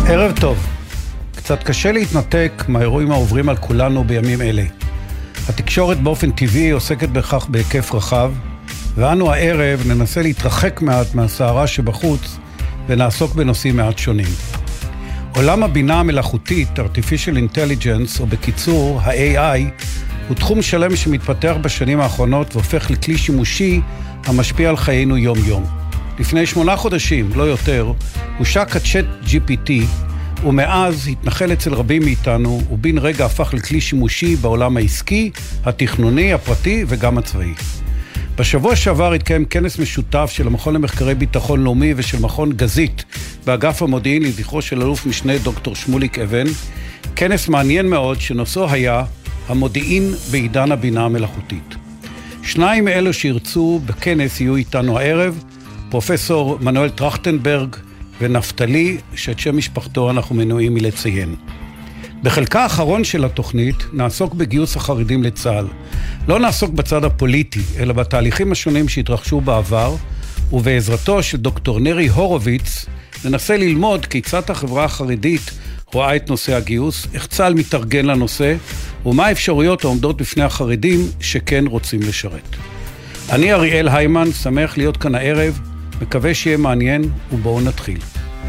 ערב טוב. קצת קשה להתנתק מהאירועים העוברים על כולנו בימים אלה. התקשורת באופן טבעי עוסקת בכך בהיקף רחב, ואנו הערב ננסה להתרחק מעט מהסערה שבחוץ ונעסוק בנושאים מעט שונים. עולם הבינה המלאכותית, Artificial Intelligence, או בקיצור, ה-AI, הוא תחום שלם שמתפתח בשנים האחרונות והופך לכלי שימושי המשפיע על חיינו יום-יום. לפני 8 חודשים, לא יותר, הושק הצ'אט GPT, ומאז התנחל אצל רבים מאיתנו, ובין רגע הפך לכלי שימושי בעולם העסקי, התכנוני, הפרטי וגם הצבאי. בשבוע שעבר התקיים כנס משותף של המכון למחקרי ביטחון לאומי ושל מכון גזית באגף המודיעין לזכרו של אלוף משנה דוקטור שמוליק אבן, כנס מעניין מאוד שנושאו היה המודיעין בעידן הבינה המלאכותית. שניים מאלו שירצו בכנס יהיו איתנו הערב, פרופסור מנואל טרכטנברג ונפתלי, שאת שם משפחתו אנחנו מנועים מלציין. בחלקה האחרון של התוכנית נעסוק בגיוס החרדים לצה"ל. לא נעסוק בצד הפוליטי, אלא בתהליכים השונים שהתרחשו בעבר, ובעזרתו של דוקטור נרי הורוביץ, ננסה ללמוד כיצד החברה החרדית רואה את נושא הגיוס, איך צה"ל מתארגן לנושא, ומה האפשרויות העומדות בפני החרדים שכן רוצים לשרת. אני אריאל היימן, שמח להיות כאן הערב, מקווה שיהיה מעניין, ובואו נתחיל.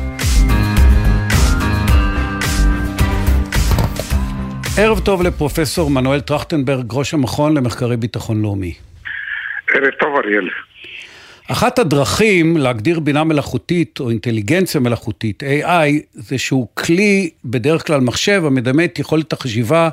ערב טוב לפרופסור מנואל טרכטנברג, ראש המכון למחקרי ביטחון לאומי. ערב טוב אריאל. אחת הדרכים להגדיר בינה מלאכותית או אינטליגנציה מלאכותית, AI, זה שהוא כלי בדרך כלל מחשב המדמה את יכולת החשיבה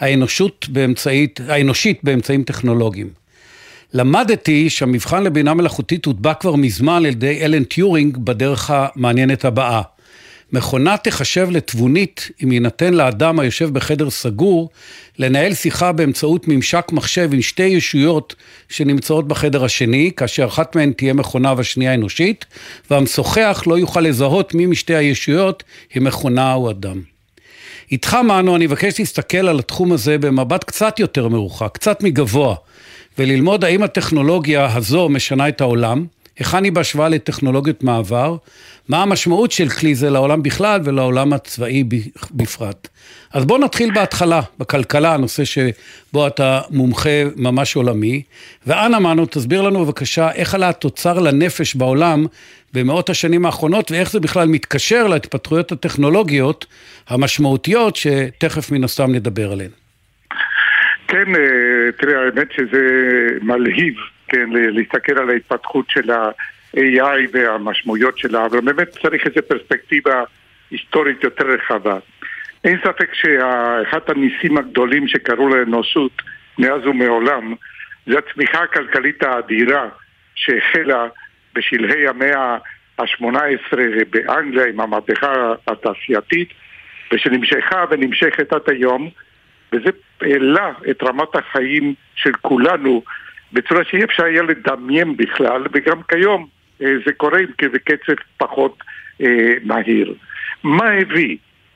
האנושית באמצעים טכנולוגיים. למדתי שהמבחן לבינה מלאכותית הוטבע כבר מזמן על ידי אלן טיורינג בדרך המעניינת הבאה. מכונה תחשב לתבונית אם יינתן לאדם היושב בחדר סגור לנהל שיחה באמצעות ממשק מחשב עם שתי ישויות שנמצאות בחדר השני, כאשר אחת מהן תהיה מכונה והשנייה אנושית, והמשוחח לא יוכל לזהות מי משתי הישויות היא מכונה או אדם. איתך מנו אני מבקש להסתכל על התחום הזה במבט קצת יותר מרוחק, קצת מגבוה, וללמוד האם הטכנולוגיה הזו משנה את העולם, היכן היא בהשוואה לטכנולוגיות מעבר, מה המשמעות של כלי זה לעולם בכלל ולעולם הצבאי בפרט. אז בואו נתחיל בהתחלה, בכלכלה, הנושא שבו אתה מומחה ממש עולמי, ואנה מנו, תסביר לנו בבקשה איך עלה התוצר לנפש בעולם במאות השנים האחרונות, ואיך זה בכלל מתקשר להתפתחויות הטכנולוגיות המשמעותיות שתכף מן הסתם נדבר עליהן. כן, תראה, האמת שזה מלהיב, כן, להסתכל על ההתפתחות של ה-AI והמשמעויות שלה, אבל באמת צריך איזו פרספקטיבה היסטורית יותר רחבה. אין ספק שאחד הניסים הגדולים שקראו לאנושות מאז ומעולם, זה הצמיחה הכלכלית האדירה שהחלה בשלהי המאה ה-18 באנגליה עם המהפכה התעשייתית, ושנמשכה ונמשכת עד היום, וזה העלה את רמת החיים של כולנו בצורה שאי אפשר היה לדמיין בכלל, וגם כיום זה קורה בקצב פחות מהיר. מה הביא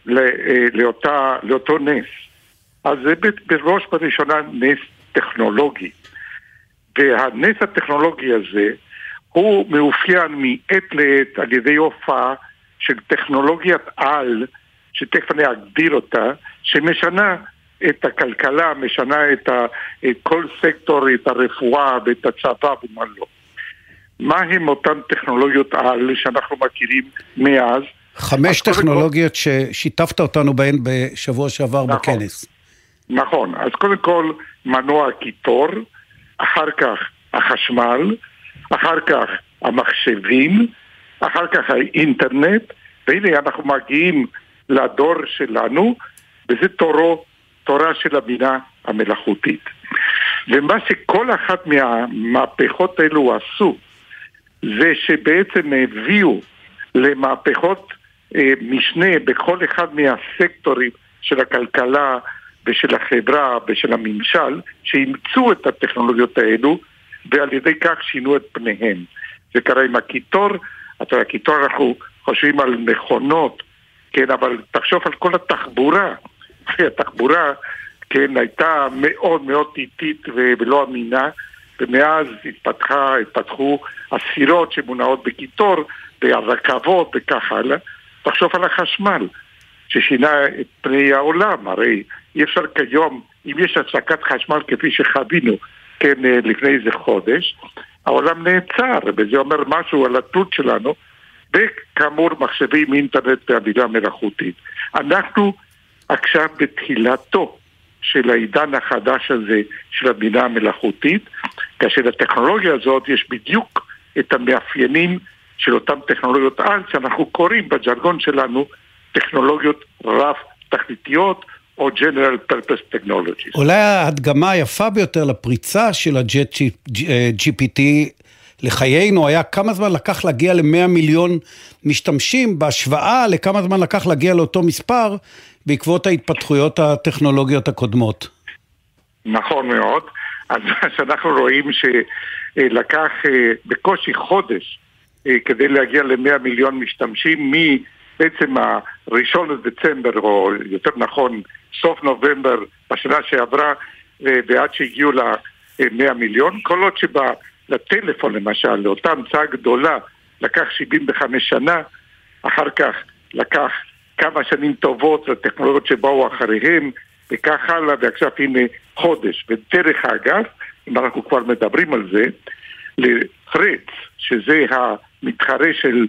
לאותו נס? אז זה בראש בראשונה נס טכנולוגי. והנס הטכנולוגי הזה הוא מאופיין מעת לעת על ידי הופעה של טכנולוגיית על, שתכף אני אגדיר אותה, שמשנה את הכלכלה, משנה את כל סקטור, את הרפואה ואת הצבא ומה לא. מה הם אותן טכנולוגיות על שאנחנו מכירים מאז? 5 טכנולוגיות ששיתפת אותנו בהן בשבוע שעבר נכון, בכנס. נכון, אז קודם כל מנוע הקיטור, אחר כך החשמל, אחר כך המחשבים, אחר כך האינטרנט, והנה אנחנו מגיעים לדור שלנו, וזה תורה של הבינה המלאכותית. ומה שכל אחת מהמהפכות האלו עשו, זה שבעצם הביאו למהפכות משנה בכל אחד מהסקטורים של הכלכלה ושל החברה ושל הממשל, שאימצו את הטכנולוגיות האלו, ועל ידי כך שינו את פניהם. זה קרה עם הקיטור, הקיטור אנחנו חושבים על מכונות, כן, אבל תחשוב על כל התחבורה, התחבורה, כן, הייתה מאוד מאוד איטית ולא אמינה, ומאז התפתחו הסירות שמונעות בקיטור, והרכבות וכך הלאה, תחשוב על החשמל, ששינה את פני העולם. הרי אי אפשר כיום, אם יש הפסקת חשמל כפי שחווינו, כן, לפני איזה חודש, העולם נעצר, וזה אומר משהו על התלות שלנו, וכאמור מחשבים, אינטרנט והבינה מלאכותית. אנחנו עכשיו בתחילתו של העידן החדש הזה של הבינה המלאכותית, כאשר לטכנולוגיה הזאת יש בדיוק את המאפיינים של אותם טכנולוגיות על, שאנחנו קוראים בג'רגון שלנו טכנולוגיות רב תכליתיות, או General Purpose Technologies. אולי ההדגמה היפה ביותר לפריצה של ה-GPT לחיינו היה כמה זמן לקח להגיע ל100 מיליון משתמשים, בהשוואה לכמה זמן לקח להגיע לאותו מספר, בעקבות ההתפתחויות הטכנולוגיות הקודמות. נכון מאוד. אז שאנחנו רואים שלקח בקושי חודש כדי להגיע ל100 מיליון משתמשים, בעצם הראשון לדצמבר, או יותר נכון, סוף נובמבר בשנה שעברה, ועד שהגיעו ל100 מיליון, כל עוד שבא לטלפון למשל, לאותה המצאה גדולה, לקח 75 שנה, אחר כך לקח כמה שנים טובות לטכנולוגיות שבאו אחריהם, וכך הלאה, ועכשיו הנה חודש. ודרך אגב, אם אנחנו כבר מדברים על זה, לפרץ, שזה המתחרה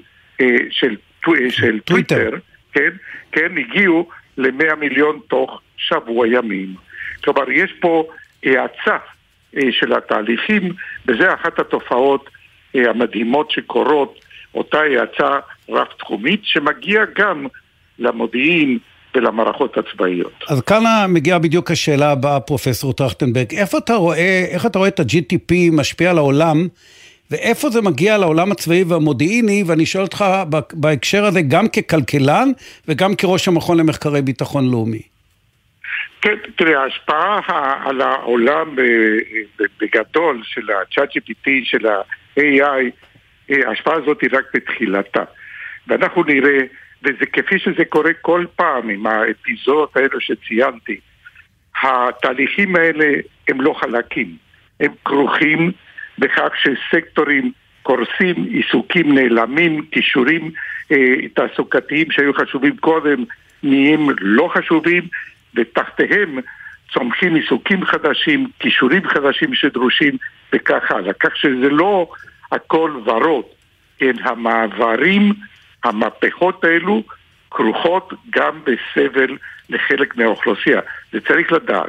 של טוויטר, כן, הגיעו ל100 מיליון תוך שבוע ימים. כלומר, יש פה האצה של התהליכים, וזה אחת התופעות המדהימות שקורות, אותה האצה רב תחומית, שמגיעה גם למודיעין ולמערכות הצבאיות. אז כאן מגיעה בדיוק השאלה הבאה, פרופסור טרכטנברג, איך אתה רואה את ה-GTP משפיע על העולם, ואיפה זה מגיע לעולם הצבאי והמודיעיני, ואני שואל אותך בהקשר הזה גם ככלכלן, וגם כראש המכון למחקרי ביטחון לאומי. כן, תראה, ההשפעה על העולם בגדול של ה-ChatGPT, של ה-AI, ההשפעה הזאת היא רק בתחילתה. ואנחנו נראה, וזה כפי שזה קורה כל פעם עם האפיזודות האלו שציינתי, התהליכים האלה הם לא חלקים, הם כרוכים בכך שסקטורים קורסים, עיסוקים נעלמים, כישורים תעסוקתיים שהיו חשובים קודם נהיים לא חשובים, ותחתיהם צומחים עיסוקים חדשים, כישורים חדשים שדרושים וכך הלאה. כך שזה לא הכל ורוד, כן, המעברים, המהפכות האלו כרוכות גם בסבל לחלק מהאוכלוסייה. זה צריך לדעת.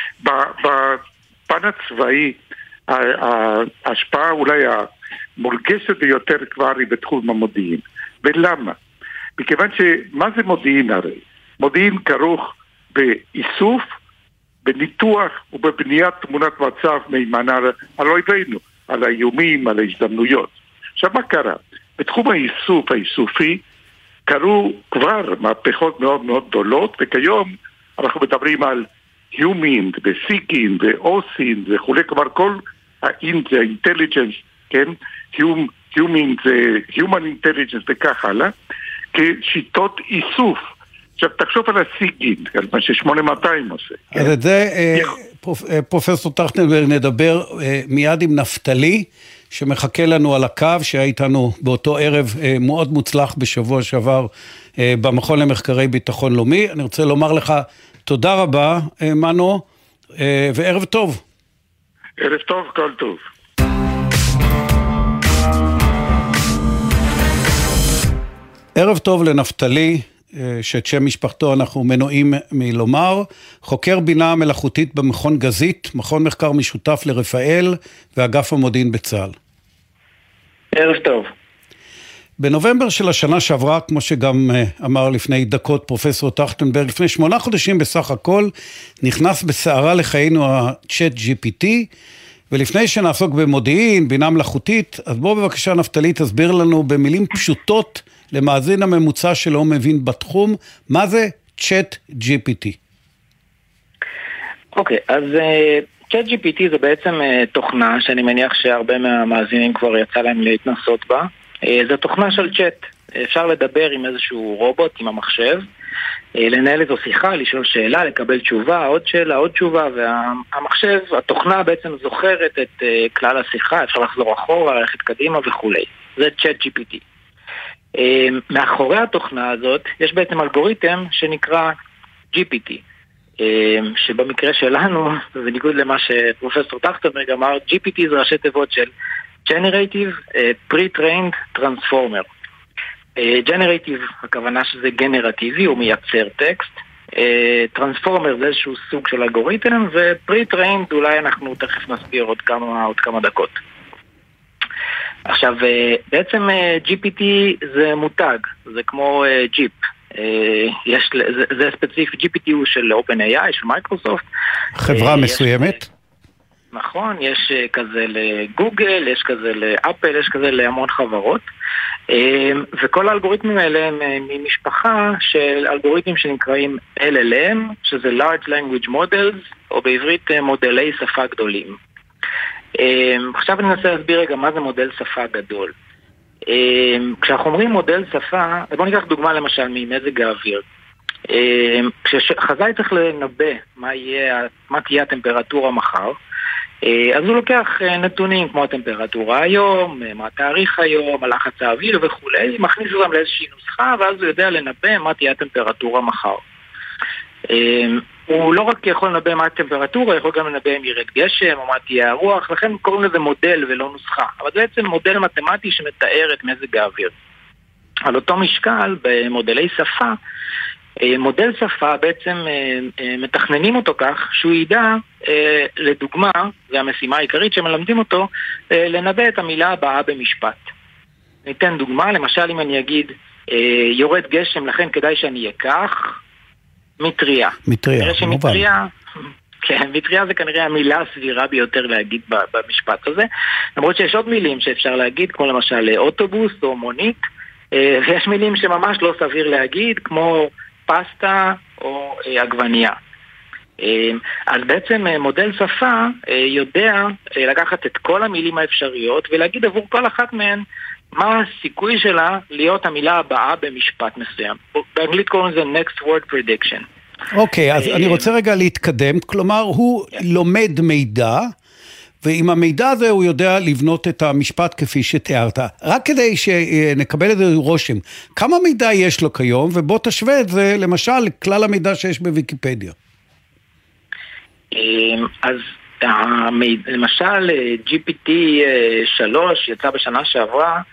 בפן הצבאי, ההשפעה אולי המורגשת ביותר כבר היא בתחום המודיעין. ולמה? מכיוון שמה זה מודיעין הרי? מודיעין כרוך באיסוף, בניתוח ובבניית תמונת מצב מהימנה על אויבינו, על האיומים, על ההזדמנויות. עכשיו מה קרה? בתחום האיסוף האיסופי קרו כבר מהפכות מאוד מאוד גדולות, וכיום אנחנו מדברים על Human וסיגין ואוסין וכו', כלומר כל האינטליג'נס, כן? Human Intelligence וכך הלאה, כשיטות איסוף. עכשיו תחשוב על הסיגין, על מה ש8200 עושה. אז את זה, פרופסור טרכטנברג, נדבר מיד עם נפתלי, שמחכה לנו על הקו, שהיה איתנו באותו ערב מאוד מוצלח בשבוע שעבר במכון למחקרי ביטחון לאומי. אני רוצה לומר לך תודה רבה, מנו, וערב טוב. ערב טוב, כל טוב. ערב טוב לנפתלי, שאת שם משפחתו אנחנו מנועים מלומר, חוקר בינה מלאכותית במכון גזית, מכון מחקר משותף לרפאל ואגף המודיעין בצה"ל. ערב טוב. בנובמבר של השנה שעברה, כמו שגם אמר לפני דקות פרופסור טרכטנברג, לפני 8 חודשים בסך הכל, נכנס בסערה לחיינו ה-Chat GPT, ולפני שנעסוק במודיעין, בינה מלאכותית, אז בואו בבקשה נפתלי תסביר לנו במילים פשוטות, למאזין הממוצע שלא מבין בתחום, מה זה Chat GPT? אוקיי, אז Chat GPT זה בעצם תוכנה שאני מניח שהרבה מהמאזינים כבר יצא להם להתנסות בה. זו תוכנה של צ'אט. אפשר לדבר עם איזשהו רובוט, עם המחשב, לנהל איזו שיחה, לשאול שאלה, לקבל תשובה, עוד שאלה, עוד תשובה, והמחשב, התוכנה בעצם זוכרת את כלל השיחה, אפשר לחזור אחורה, ללכת קדימה וכו'. זה Chat GPT. מאחורי התוכנה הזאת יש בעצם אלגוריתם שנקרא GPT, שבמקרה שלנו, בניגוד למה שפרופסור טרכטנברג אמר, GPT זה ראשי תיבות של Generative Pre-Trained Transformer. Generative, הכוונה שזה גנרטיבי, הוא מייצר טקסט. Transformer זה איזשהו סוג של אלגוריתם, ו-Pre-Trained אולי אנחנו תכף נסביר עוד כמה דקות. עכשיו, בעצם GPT זה מותג, זה כמו ג'יפ. זה ספציפי, GPT הוא של OpenAI, של מייקרוסופט. חברה מסוימת? נכון, יש כזה לגוגל, יש כזה לאפל, יש כזה להמון חברות. וכל האלגוריתמים האלה הם ממשפחה של אלגוריתמים שנקראים LLM, שזה Large Language Models, או בעברית מודלי שפה גדולים. עכשיו אני אנסה להסביר רגע מה זה מודל שפה גדול. כשאנחנו אומרים מודל שפה, בואו ניקח דוגמה למשל ממזג האוויר. כשחזאי צריך לנבא מה תהיה הטמפרטורה מחר, אז הוא לוקח נתונים כמו הטמפרטורה היום, מה התאריך היום, הלחץ האוויר וכולי, מכניס אותם לאיזושהי נוסחה, ואז הוא יודע לנבא מה תהיה הטמפרטורה מחר. הוא לא רק יכול לנבא מה הטמפרטורה, יכול גם לנבא אם ירד גשם או מה תהיה הרוח, לכן קוראים לזה מודל ולא נוסחה. אבל זה בעצם מודל מתמטי שמתאר את מזג האוויר. על אותו משקל, במודלי שפה, מודל שפה בעצם מתכננים אותו כך שהוא ידע, לדוגמה, זה המשימה העיקרית שמלמדים אותו, לנבא את המילה הבאה במשפט. ניתן דוגמה, למשל אם אני אגיד, יורד גשם לכן כדאי שאני אקח מטריה. מטריה, מובן. כן, מטריה זה כנראה המילה הסבירה ביותר להגיד במשפט הזה, למרות שיש עוד מילים שאפשר להגיד, כמו למשל אוטובוס או מונית, ויש מילים שממש לא סביר להגיד, כמו פסטה או עגבנייה. אז בעצם מודל שפה יודע לקחת את כל המילים האפשריות ולהגיד עבור כל אחת מהן מה הסיכוי שלה להיות המילה הבאה במשפט מסוים. באנגלית קוראים לזה next word prediction. אוקיי, אז אני רוצה רגע להתקדם, כלומר הוא לומד מידע, ועם המידע הזה הוא יודע לבנות את המשפט כפי שתיארת. רק כדי שנקבל איזה רושם, כמה מידע יש לו כיום, ובוא תשווה את זה למשל לכלל המידע שיש בוויקיפדיה. אז למשל GPT 3 יצא בשנה שעברה,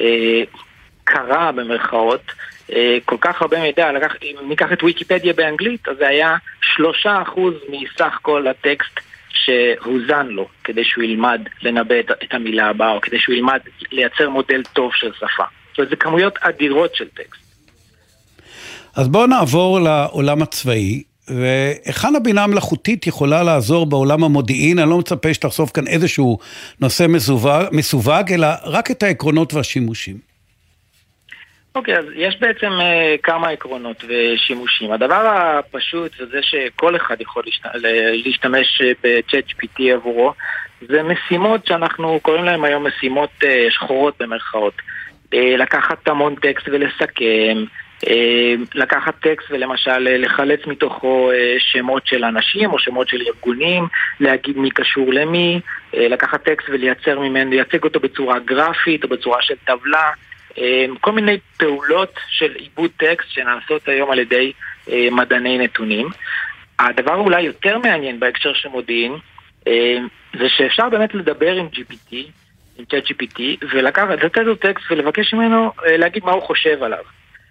קרא במרכאות כל כך הרבה מידע, אם ניקח את ויקיפדיה באנגלית, אז זה היה 3% מסך כל הטקסט שהוזן לו, כדי שהוא ילמד לנבא את המילה הבאה, או כדי שהוא ילמד לייצר מודל טוב של שפה. זאת אומרת, זה כמויות אדירות של טקסט. אז בואו נעבור לעולם הצבאי, ואיכן הבינה המלאכותית יכולה לעזור בעולם המודיעין? אני לא מצפה שתחשוף כאן איזשהו נושא מסווג, אלא רק את העקרונות והשימושים. אוקיי, אז יש בעצם כמה עקרונות ושימושים. הדבר הפשוט זה שכל אחד יכול להשתמש ב-ChatGPT עבורו, זה משימות שאנחנו קוראים להם היום משימות שחורות במרכאות. לקחת המון טקסט ולסכם, לקחת טקסט ולמשל לחלץ מתוכו שמות של אנשים או שמות של ארגונים, להגיד מי קשור למי, לקחת טקסט ולייצר ממנו, לייצג אותו בצורה גרפית או בצורה של טבלה, כל מיני פעולות של עיבוד טקסט שנעשות היום על ידי מדעני נתונים. הדבר אולי יותר מעניין בהקשר של מודיעין, זה שאפשר באמת לדבר עם GPT, עם ChatGPT, ולתת לו טקסט ולבקש ממנו להגיד מה הוא חושב עליו.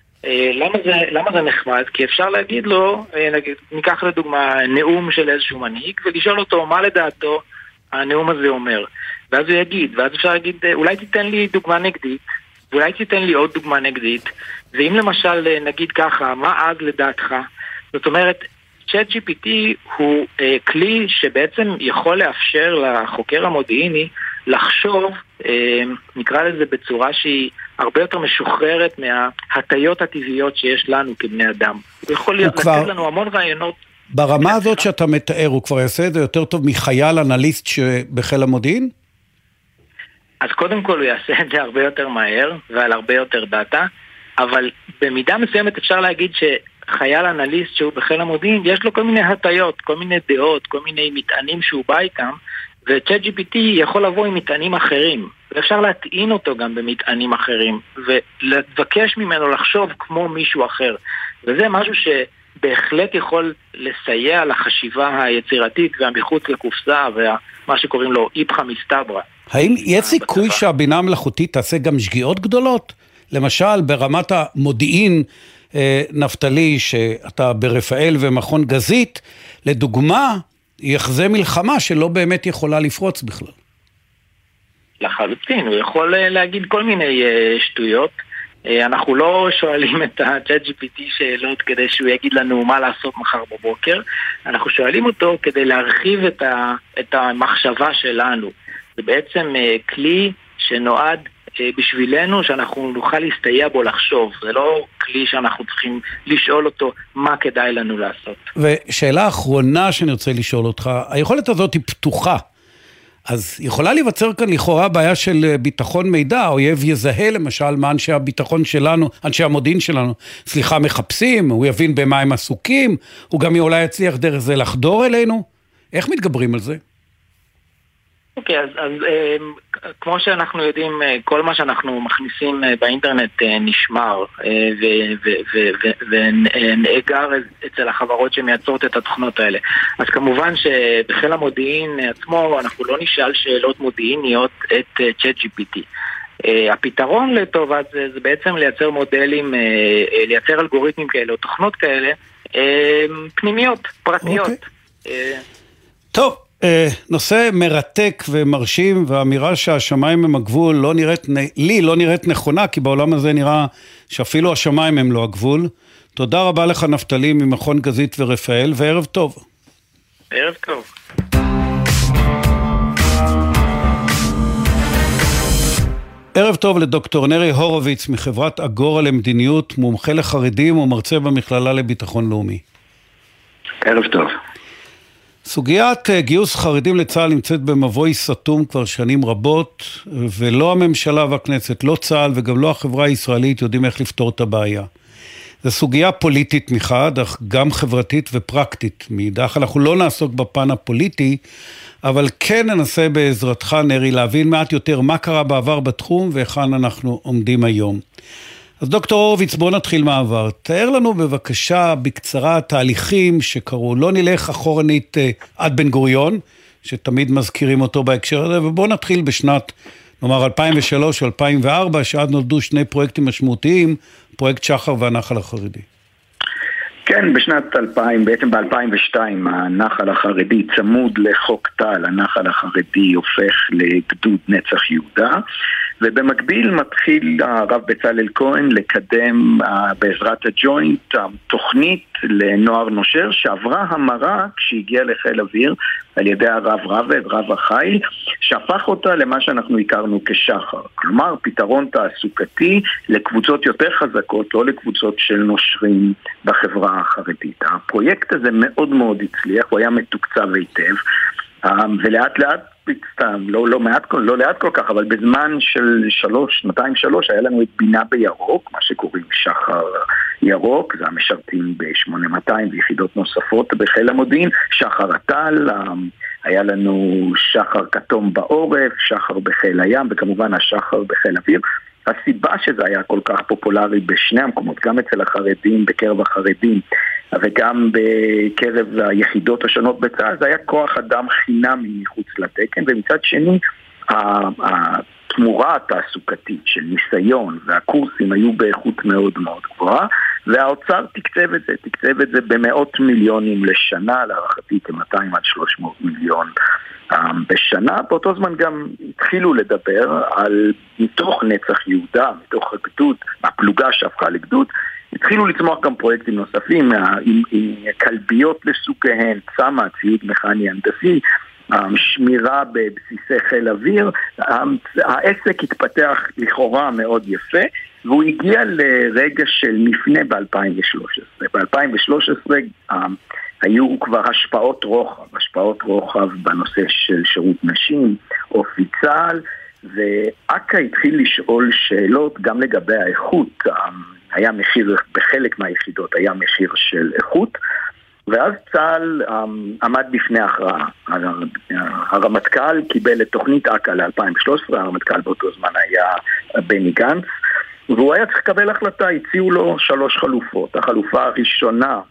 למה זה נחמד? כי אפשר להגיד לו, ניקח לדוגמה נאום של איזשהו מנהיג, ולשאול אותו מה לדעתו הנאום הזה אומר. ואז הוא יגיד, ואז אפשר להגיד, אולי תיתן לי דוגמה נגדית, ואולי תיתן לי עוד דוגמה נגדית, ואם למשל נגיד ככה, מה אז לדעתך? זאת אומרת, ChatGPT הוא כלי שבעצם יכול לאפשר לחוקר המודיעיני לחשוב, נקרא לזה בצורה שהיא הרבה יותר משוחררת מההטיות הטבעיות שיש לנו כבני אדם. הוא יכול לתת לנו המון רעיונות. ברמה הזאת שאתה מתאר, הוא כבר יעשה את זה יותר טוב מחייל אנליסט שבחיל המודיעין? אז קודם כל הוא יעשה את זה הרבה יותר מהר ועל הרבה יותר דאטה, אבל במידה מסוימת אפשר להגיד שחייל אנליסט שהוא בחיל המודיעין, יש לו כל מיני הטיות, כל מיני דעות, כל מיני מטענים שהוא בא איתם, ו-ChatGPT יכול לבוא עם מטענים אחרים. ואפשר להטעין אותו גם במטענים אחרים, ולבקש ממנו לחשוב כמו מישהו אחר. וזה משהו שבהחלט יכול לסייע לחשיבה היצירתית והמחוץ לקופסה, ומה שקוראים לו איפכא מסתברא. האם יש סיכוי שהבינה המלאכותית תעשה גם שגיאות גדולות? למשל, ברמת המודיעין, נפתלי, שאתה ברפאל ומכון גזית, לדוגמה, יחזה מלחמה שלא באמת יכולה לפרוץ בכלל. לחלוטין, הוא יכול להגיד כל מיני שטויות. אנחנו לא שואלים את ה-ChatGPT שאלות כדי שהוא יגיד לנו מה לעשות מחר בבוקר. אנחנו שואלים אותו כדי להרחיב את המחשבה שלנו. זה בעצם כלי שנועד בשבילנו שאנחנו נוכל להסתייע בו לחשוב. זה לא כלי שאנחנו צריכים לשאול אותו מה כדאי לנו לעשות. ושאלה האחרונה שאני רוצה לשאול אותך, היכולת הזאת היא פתוחה. אז יכולה להיווצר כאן לכאורה בעיה של ביטחון מידע, אויב יזהה למשל מה אנשי הביטחון שלנו, אנשי המודיעין שלנו, מחפשים, הוא יבין במה הם עסוקים, הוא גם אולי יצליח דרך זה לחדור אלינו. איך מתגברים על זה? אוקיי, אז כמו שאנחנו יודעים, כל מה שאנחנו מכניסים באינטרנט נשמר ונאגר אצל החברות שמייצרות את התוכנות האלה. אז כמובן שבחיל המודיעין עצמו אנחנו לא נשאל שאלות מודיעיניות את ChatGPT. הפתרון לטובת זה בעצם לייצר מודלים, לייצר אלגוריתמים כאלה או תוכנות כאלה פנימיות, פרטיות. טוב. נושא מרתק ומרשים, והאמירה שהשמיים הם הגבול לא נראית נכונה, כי בעולם הזה נראה שאפילו השמיים הם לא הגבול. תודה רבה לך נפתלי ממכון גזית ורפאל, וערב טוב. ערב טוב. ערב טוב לדוקטור נרי הורוביץ מחברת אגורה למדיניות, מומחה לחרדים ומרצה במכללה לביטחון לאומי. ערב טוב. סוגיית גיוס חרדים לצה"ל נמצאת במבוי סתום כבר שנים רבות, ולא הממשלה והכנסת, לא צה"ל וגם לא החברה הישראלית יודעים איך לפתור את הבעיה. זו סוגיה פוליטית מחד, אך גם חברתית ופרקטית מאידך. אנחנו לא נעסוק בפן הפוליטי, אבל כן ננסה בעזרתך נרי להבין מעט יותר מה קרה בעבר בתחום והיכן אנחנו עומדים היום. אז דוקטור הורוביץ, בוא נתחיל מעבר. תאר לנו בבקשה בקצרה תהליכים שקרו, לא נלך אחורנית עד בן גוריון, שתמיד מזכירים אותו בהקשר הזה, ובוא נתחיל בשנת, נאמר 2003 או 2004, שעד נולדו שני פרויקטים משמעותיים, פרויקט שחר והנחל החרדי. כן, בשנת 2000, בעצם ב-2002, הנחל החרדי צמוד לחוק טל, הנחל החרדי הופך לגדוד נצח יהודה, ובמקביל מתחיל הרב בצלאל כהן לקדם בעזרת הג'וינט תוכנית לנוער נושר שעברה המרה כשהגיעה לחיל אוויר על ידי הרב רבד, רב החיל, שהפך אותה למה שאנחנו הכרנו כשחר. כלומר, פתרון תעסוקתי לקבוצות יותר חזקות, לא לקבוצות של נושרים בחברה החרדית. הפרויקט הזה מאוד מאוד הצליח, הוא היה מתוקצב היטב, ולאט לאט לא לאט כל כך, אבל בזמן של 2-3 היה לנו את בינה בירוק, מה שקוראים שחר ירוק, זה המשרתים ב-8200 ויחידות נוספות בחיל המודיעין, שחר הטל, היה לנו שחר כתום בעורף, שחר בחיל הים, וכמובן השחר בחיל אוויר. הסיבה שזה היה כל כך פופולרי בשני המקומות, גם אצל החרדים, בקרב החרדים, וגם בקרב היחידות השונות בצה"ל, זה היה כוח אדם חינמי מחוץ לתקן, ומצד שני, התמורה התעסוקתית של ניסיון והקורסים היו באיכות מאוד מאוד גבוהה, והאוצר תקצב את זה במאות מיליונים לשנה, להערכתי כ-200 עד 300 מיליון בשנה. באותו זמן גם התחילו לדבר על מתוך נצח יהודה, מתוך הגדוד, הפלוגה שהפכה לגדוד, התחילו לצמוח גם פרויקטים נוספים עם כלביות לסוגיהן, צמא, ציוד מכני הנדסי, שמירה בבסיסי חיל אוויר. העסק התפתח לכאורה מאוד יפה, והוא הגיע לרגע של מפנה ב-2013. ב-2013 היו כבר השפעות רוחב בנושא של שירות נשים, אופי צה"ל, ואק"א התחיל לשאול שאלות גם לגבי האיכות. היה מחיר, בחלק מהיחידות היה מחיר של איכות, ואז צה"ל עמד בפני הכרעה. הרמטכ"ל קיבל את תוכנית אכ"א ל-2013, הרמטכ"ל באותו זמן היה בני גנץ, והוא היה צריך לקבל החלטה, הציעו לו 3 חלופות. החלופה הראשונה,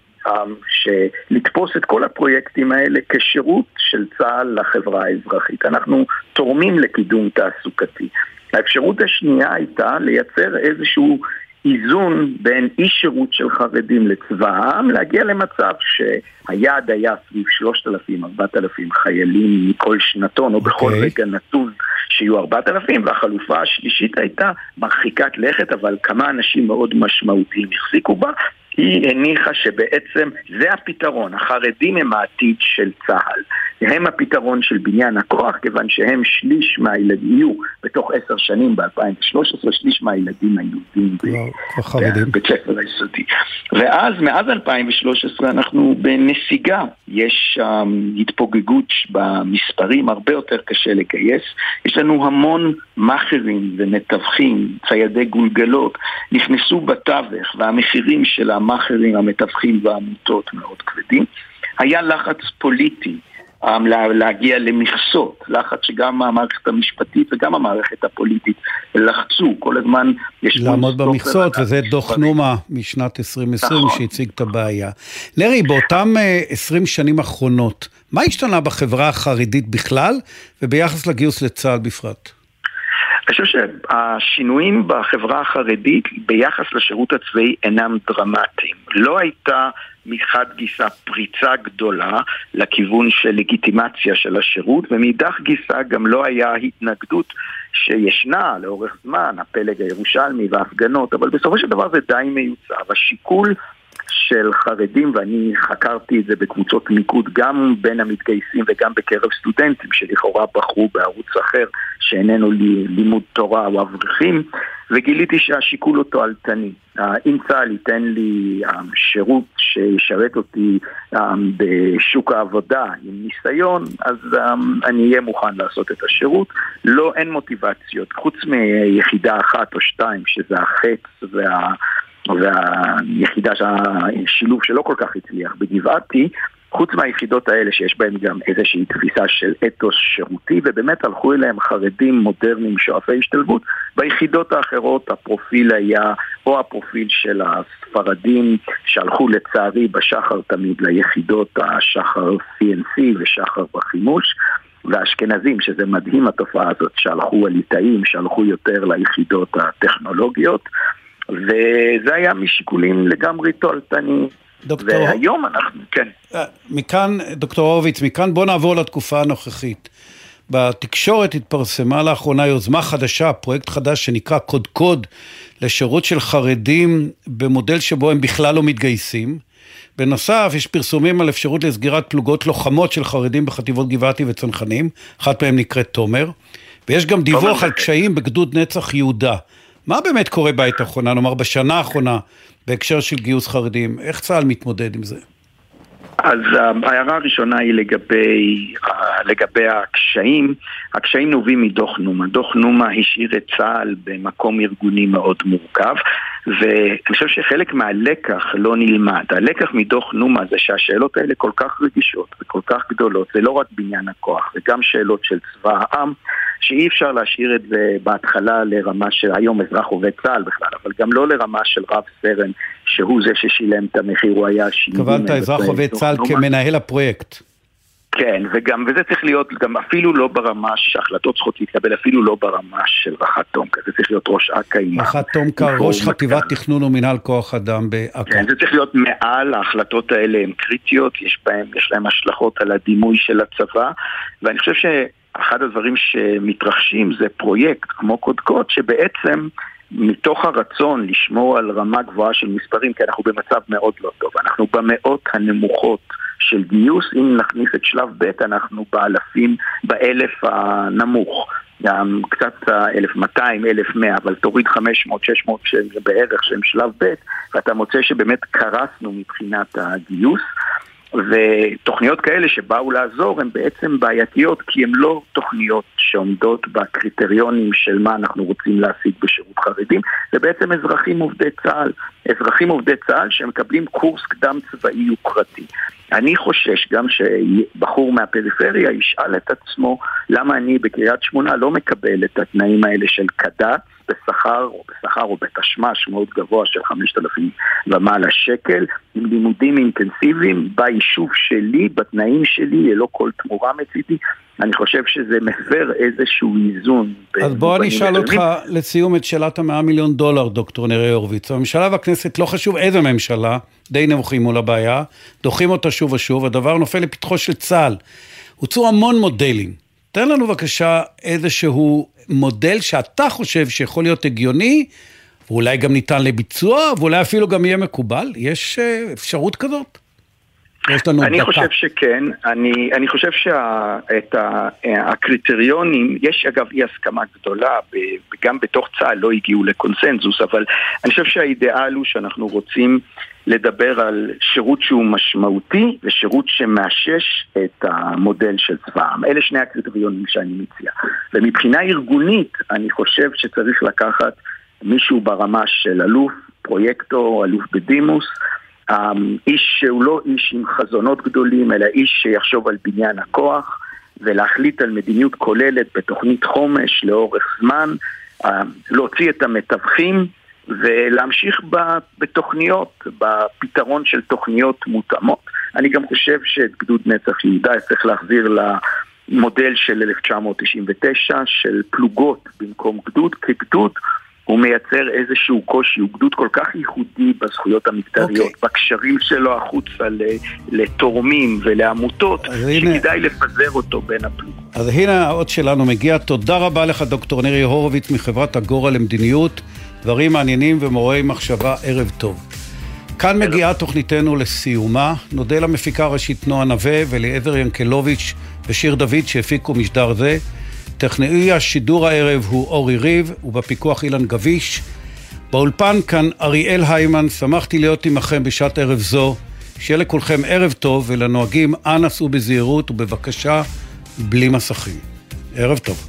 שלתפוס את כל הפרויקטים האלה כשירות של צה"ל לחברה האזרחית. אנחנו תורמים לקידום תעסוקתי. האפשרות השנייה הייתה לייצר איזשהו איזון בין אי שירות של חרדים לצבא העם, להגיע למצב שהיעד היה סביב 3,000-4,000 חיילים מכל שנתון או בכל רגע נתון שיהיו 4,000, והחלופה השלישית הייתה מרחיקת לכת, אבל כמה אנשים מאוד משמעותיים החזיקו בה. היא הניחה שבעצם זה הפתרון, החרדים הם העתיד של צה"ל, הם הפתרון של בניין הכוח, כיוון שהם שליש מהילדים, יהיו בתוך 10 שנים ב-2013, שליש מהילדים היהודים בבית ספר היסודי. ואז, מאז 2013 אנחנו בנסיגה, יש התפוגגות במספרים, הרבה יותר קשה לגייס, יש לנו המון מאכרים ומתווכים, ציידי גולגלות, נכנסו בתווך, והמחירים של המאכרים, המתווכים והעמותות מאוד כבדים. היה לחץ פוליטי להגיע למכסות, לחץ שגם המערכת המשפטית וגם המערכת הפוליטית לחצו, כל הזמן יש לעמוד במכסות, וזה דוח נומה משנת 2020 שהציג את הבעיה. לרי, באותם 20 שנים האחרונות, מה השתנה בחברה החרדית בכלל, וביחס לגיוס לצה"ל בפרט? אני חושב שהשינויים בחברה החרדית ביחס לשירות הצבאי אינם דרמטיים. לא הייתה מחד גיסה פריצה גדולה לכיוון של לגיטימציה של השירות, ומאידך גיסה גם לא היה התנגדות שישנה לאורך זמן, הפלג הירושלמי וההפגנות, אבל בסופו של דבר זה די מיוצב. השיקול של חרדים, ואני חקרתי את זה בקבוצות מיקוד גם בין המתגייסים וגם בקרב סטודנטים שלכאורה בחרו בערוץ אחר שאיננו לימוד תורה או אברכים, וגיליתי שהשיקול הוא תועלתני. אם צה"ל ייתן לי שירות שישרת אותי בשוק העבודה עם ניסיון, אז אני אהיה מוכן לעשות את השירות. לא, אין מוטיבציות, חוץ מיחידה 1 או 2 שזה החץ והיחידה שהשילוב שלא כל כך הצליח בגבעתי, חוץ מהיחידות האלה שיש בהם גם איזושהי תפיסה של אתוס שירותי, ובאמת הלכו אליהם חרדים מודרניים שואפי השתלבות. ביחידות האחרות הפרופיל היה או הפרופיל של הספרדים שהלכו לצערי בשחר תמיד ליחידות השחר CNC ושחר בחימוש, והאשכנזים, שזה מדהים התופעה הזאת, שהלכו הליטאים, שהלכו יותר ליחידות הטכנולוגיות, וזה היה משיקולים לגמרי תועלתני. והיום אנחנו, כן. מכאן, דוקטור הורוביץ, מכאן בוא נעבור לתקופה הנוכחית. בתקשורת התפרסמה לאחרונה יוזמה חדשה, פרויקט חדש שנקרא קוד לשירות של חרדים במודל שבו הם בכלל לא מתגייסים. בנוסף, יש פרסומים על אפשרות לסגירת פלוגות לוחמות של חרדים בחטיבות גבעתי וצנחנים, אחת מהם נקראת תומר, ויש גם דיווח על קשיים בגדוד נצח יהודה. מה באמת קורה בעת האחרונה, נאמר בשנה האחרונה, בהקשר של גיוס חרדים? איך צה"ל מתמודד עם זה? אז ההערה הראשונה היא לגבי הקשיים. הקשיים נובעים מדוח נומה. דוח נומה השאיר את צה"ל במקום ארגוני מאוד מורכב, ואני חושב שחלק מהלקח לא נלמד. הלקח מדוח נומה זה שהשאלות האלה כל כך רגישות וכל כך גדולות, זה לא רק בניין הכוח, זה גם שאלות של צבא העם, שאי אפשר להשאיר את זה בהתחלה לרמה של היום אזרח עובד צה"ל בכלל, אבל גם לא לרמה של רב סרן, שהוא זה ששילם את המחיר, הוא היה שינוי. קבלת אזרח עובד צה"ל כמנהל הפרויקט. כן, וזה צריך להיות גם אפילו לא ברמה שהחלטות צריכות להתקבל, אפילו לא ברמה של רח"ט תומקה, זה צריך להיות ראש אכ"א. רח"ט תומקה, ראש חטיבת תכנון ומנהל כוח אדם באכ"א. כן, זה צריך להיות מעל, ההחלטות האלה הן קריטיות, יש להם השלכות על הדימוי של הצבא, ואני חושב שאחד הדברים שמתרחשים זה פרויקט כמו קודקוד, שבעצם מתוך הרצון לשמור על רמה גבוהה של מספרים, כי אנחנו במצב מאוד לא טוב, אנחנו במאות הנמוכות של גיוס. אם נכניס את שלב ב' אנחנו באלפים, באלף הנמוך, גם קצת 1,200, 1,100, אבל תוריד 500, 600 בערך שהם שלב ב', ואתה מוצא שבאמת קרסנו מבחינת הגיוס. ותוכניות כאלה שבאו לעזור הן בעצם בעייתיות, כי הן לא תוכניות שעומדות בקריטריונים של מה אנחנו רוצים להשיג בשירות חרדים. זה בעצם אזרחים עובדי צה"ל שמקבלים קורס קדם צבאי יוקרתי. אני חושש גם שבחור מהפריפריה ישאל את עצמו למה אני בקריית שמונה לא מקבל את התנאים האלה של קד"צ בשכר או בתשמש מאוד גבוה של 5,000 ומעלה שקל, עם לימודים אינטנסיביים ביישוב שלי, בתנאים שלי, ללא כל תמורה מצידי. אני חושב שזה מפר איזשהו איזון. אז בוא אני אשאל אותך לסיום את שאלת $100 מיליון, דוקטור נרי הורוביץ. הממשלה והכנסת, לא חשוב איזה ממשלה, די נמוכים מול הבעיה, דוחים אותה שוב ושוב, הדבר נופל לפתחו של צה"ל. הוצאו המון מודלים. תן לנו בבקשה איזשהו מודל שאתה חושב שיכול להיות הגיוני, ואולי גם ניתן לביצוע, ואולי אפילו גם יהיה מקובל. יש אפשרות כזאת? אני חושב שכן, אני חושב שאת הקריטריונים, יש אגב אי הסכמה גדולה, גם בתוך צה"ל לא הגיעו לקונסנזוס, אבל אני חושב שהאידאל הוא שאנחנו רוצים לדבר על שירות שהוא משמעותי, ושירות שמאשש את המודל של צבא העם. אלה שני הקריטריונים שאני מציע. ומבחינה ארגונית, אני חושב שצריך לקחת מישהו ברמה של אלוף, פרויקטור, אלוף בדימוס, איש שהוא לא איש עם חזונות גדולים, אלא איש שיחשוב על בניין הכוח, ולהחליט על מדיניות כוללת בתוכנית חומש לאורך זמן, להוציא את המתווכים, ולהמשיך בתוכניות, בפתרון של תוכניות מותאמות. אני גם חושב שאת גדוד נצח יהודה צריך להחזיר למודל של 1999, של פלוגות במקום גדוד, כגדוד, הוא מייצר איזשהו קושי, הוא גדוד כל כך ייחודי בזכויות המגדריות, בקשרים שלו החוצה לתורמים ולעמותות, שכדאי לפזר אותו בין הפלוגות. אז הנה האות שלנו מגיע. תודה רבה לך דוקטור נרי הורוביץ מחברת אגורה למדיניות, דברים מעניינים ומוראי מחשבה, ערב טוב. כאן מגיעה תוכניתנו לסיומה. נודה למפיקה ראשית נועה נווה ולעזר ינקלוביץ' ושיר דוד שהפיקו משדר זה. טכנאי השידור הערב הוא אורי ריב, ובפיקוח אילן גביש. באולפן כאן אריאל היימן, שמחתי להיות עמכם בשעת ערב זו. שיהיה לכולכם ערב טוב, ולנוהגים אנא סעו בזהירות ובבקשה בלי מסכים. ערב טוב.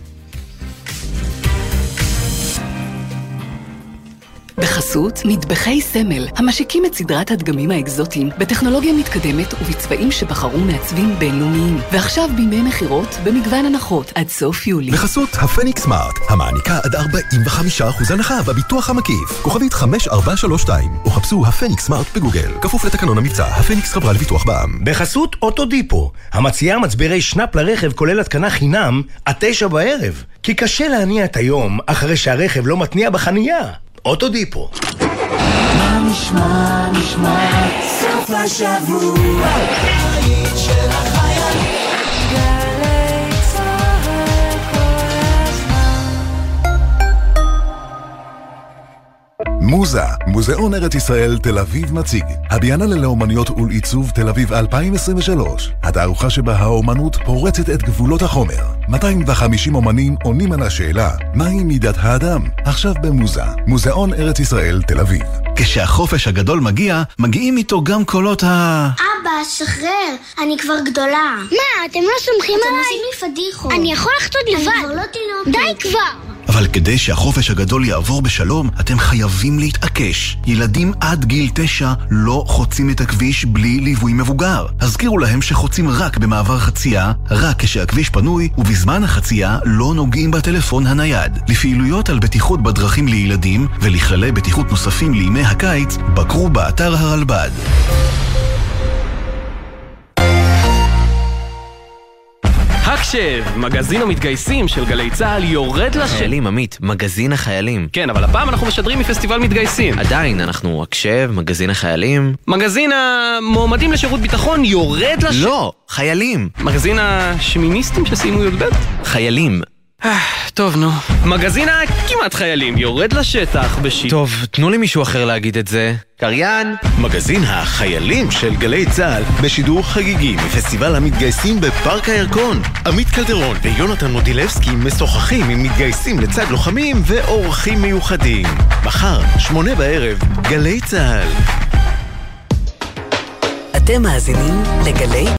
בחסות מטבחי סמל, המשיקים את סדרת הדגמים האקזוטיים בטכנולוגיה מתקדמת ובצבעים שבחרו מעצבים בינלאומיים. ועכשיו בימי מחירות במגוון הנחות עד סוף יולי. בחסות הפניקס סמארט, המעניקה עד 45% הנחה בביטוח המקיף. כוכבית 5432, או חפשו הפניקס סמארט בגוגל. כפוף לתקנון המבצע, הפניקס חברה לביטוח בע"מ. בחסות אוטודיפו, המציעה מצברי שנאפ לרכב כולל התקנה חינם עד 9 בערב. כי קשה להניע את היום אחרי שהרכב לא מתניע בחנייה. אוטודיפו. מה נשמע סוף השבוע היית של החייל גלי צהל כל הזמן. מוזה, מוזיאון ארץ ישראל תל אביב מציג הביאנלה לאומניות ולעיצוב תל אביב 2023. התערוכה שבה האומנות פורצת את גבולות החומר. 250 אומנים עונים על השאלה מהי מידת האדם. עכשיו במוזה, מוזיאון ארץ ישראל תל אביב. כשהחופש הגדול מגיע, מגיעים איתו גם קולות אבא, שחרר, אני כבר גדולה. מה, אתם לא סומכים עליי? אתם עושים לי פדיחות. אני יכול לחתות לבד. אני כבר לא תינוקת. די כבר. אבל כדי שהחופש הגדול יעבור בשלום, אתם חייבים להתעקש. ילדים עד גיל 9 לא חוצים את הכביש בלי ליווי מבוגר. הזכירו להם שחוצים רק במעבר חצייה, רק כשהכביש פנוי, ובזמן החצייה לא נוגעים בטלפון הנייד. לפעילויות על בטיחות בדרכים לילדים ולכללי בטיחות נוספים לימי הקיץ, בקרו באתר הרלב"ד. הקשב, מגזין המתגייסים של גלי צהל יורד לשטח. חיילים, עמית, מגזין החיילים. כן, אבל הפעם אנחנו משדרים מפסטיבל מתגייסים. עדיין, אנחנו הקשב, מגזין החיילים. מגזין המועמדים לשירות ביטחון יורד לשטח. לא, חיילים. מגזין השמיניסטים שסיימו י"ב? חיילים. טוב, נו. מגזין הכמעט חיילים יורד לשטח טוב, תנו לי מישהו אחר להגיד את זה. קריין. מגזין החיילים של גלי צהל בשידור חגיגי מפסטיבל המתגייסים בפארק הירקון. עמית קלדרון ויונתן מודילבסקי משוחחים עם מתגייסים לצד לוחמים ואורחים מיוחדים. מחר, 8 בערב, גלי צהל. אתם מאזינים לגלי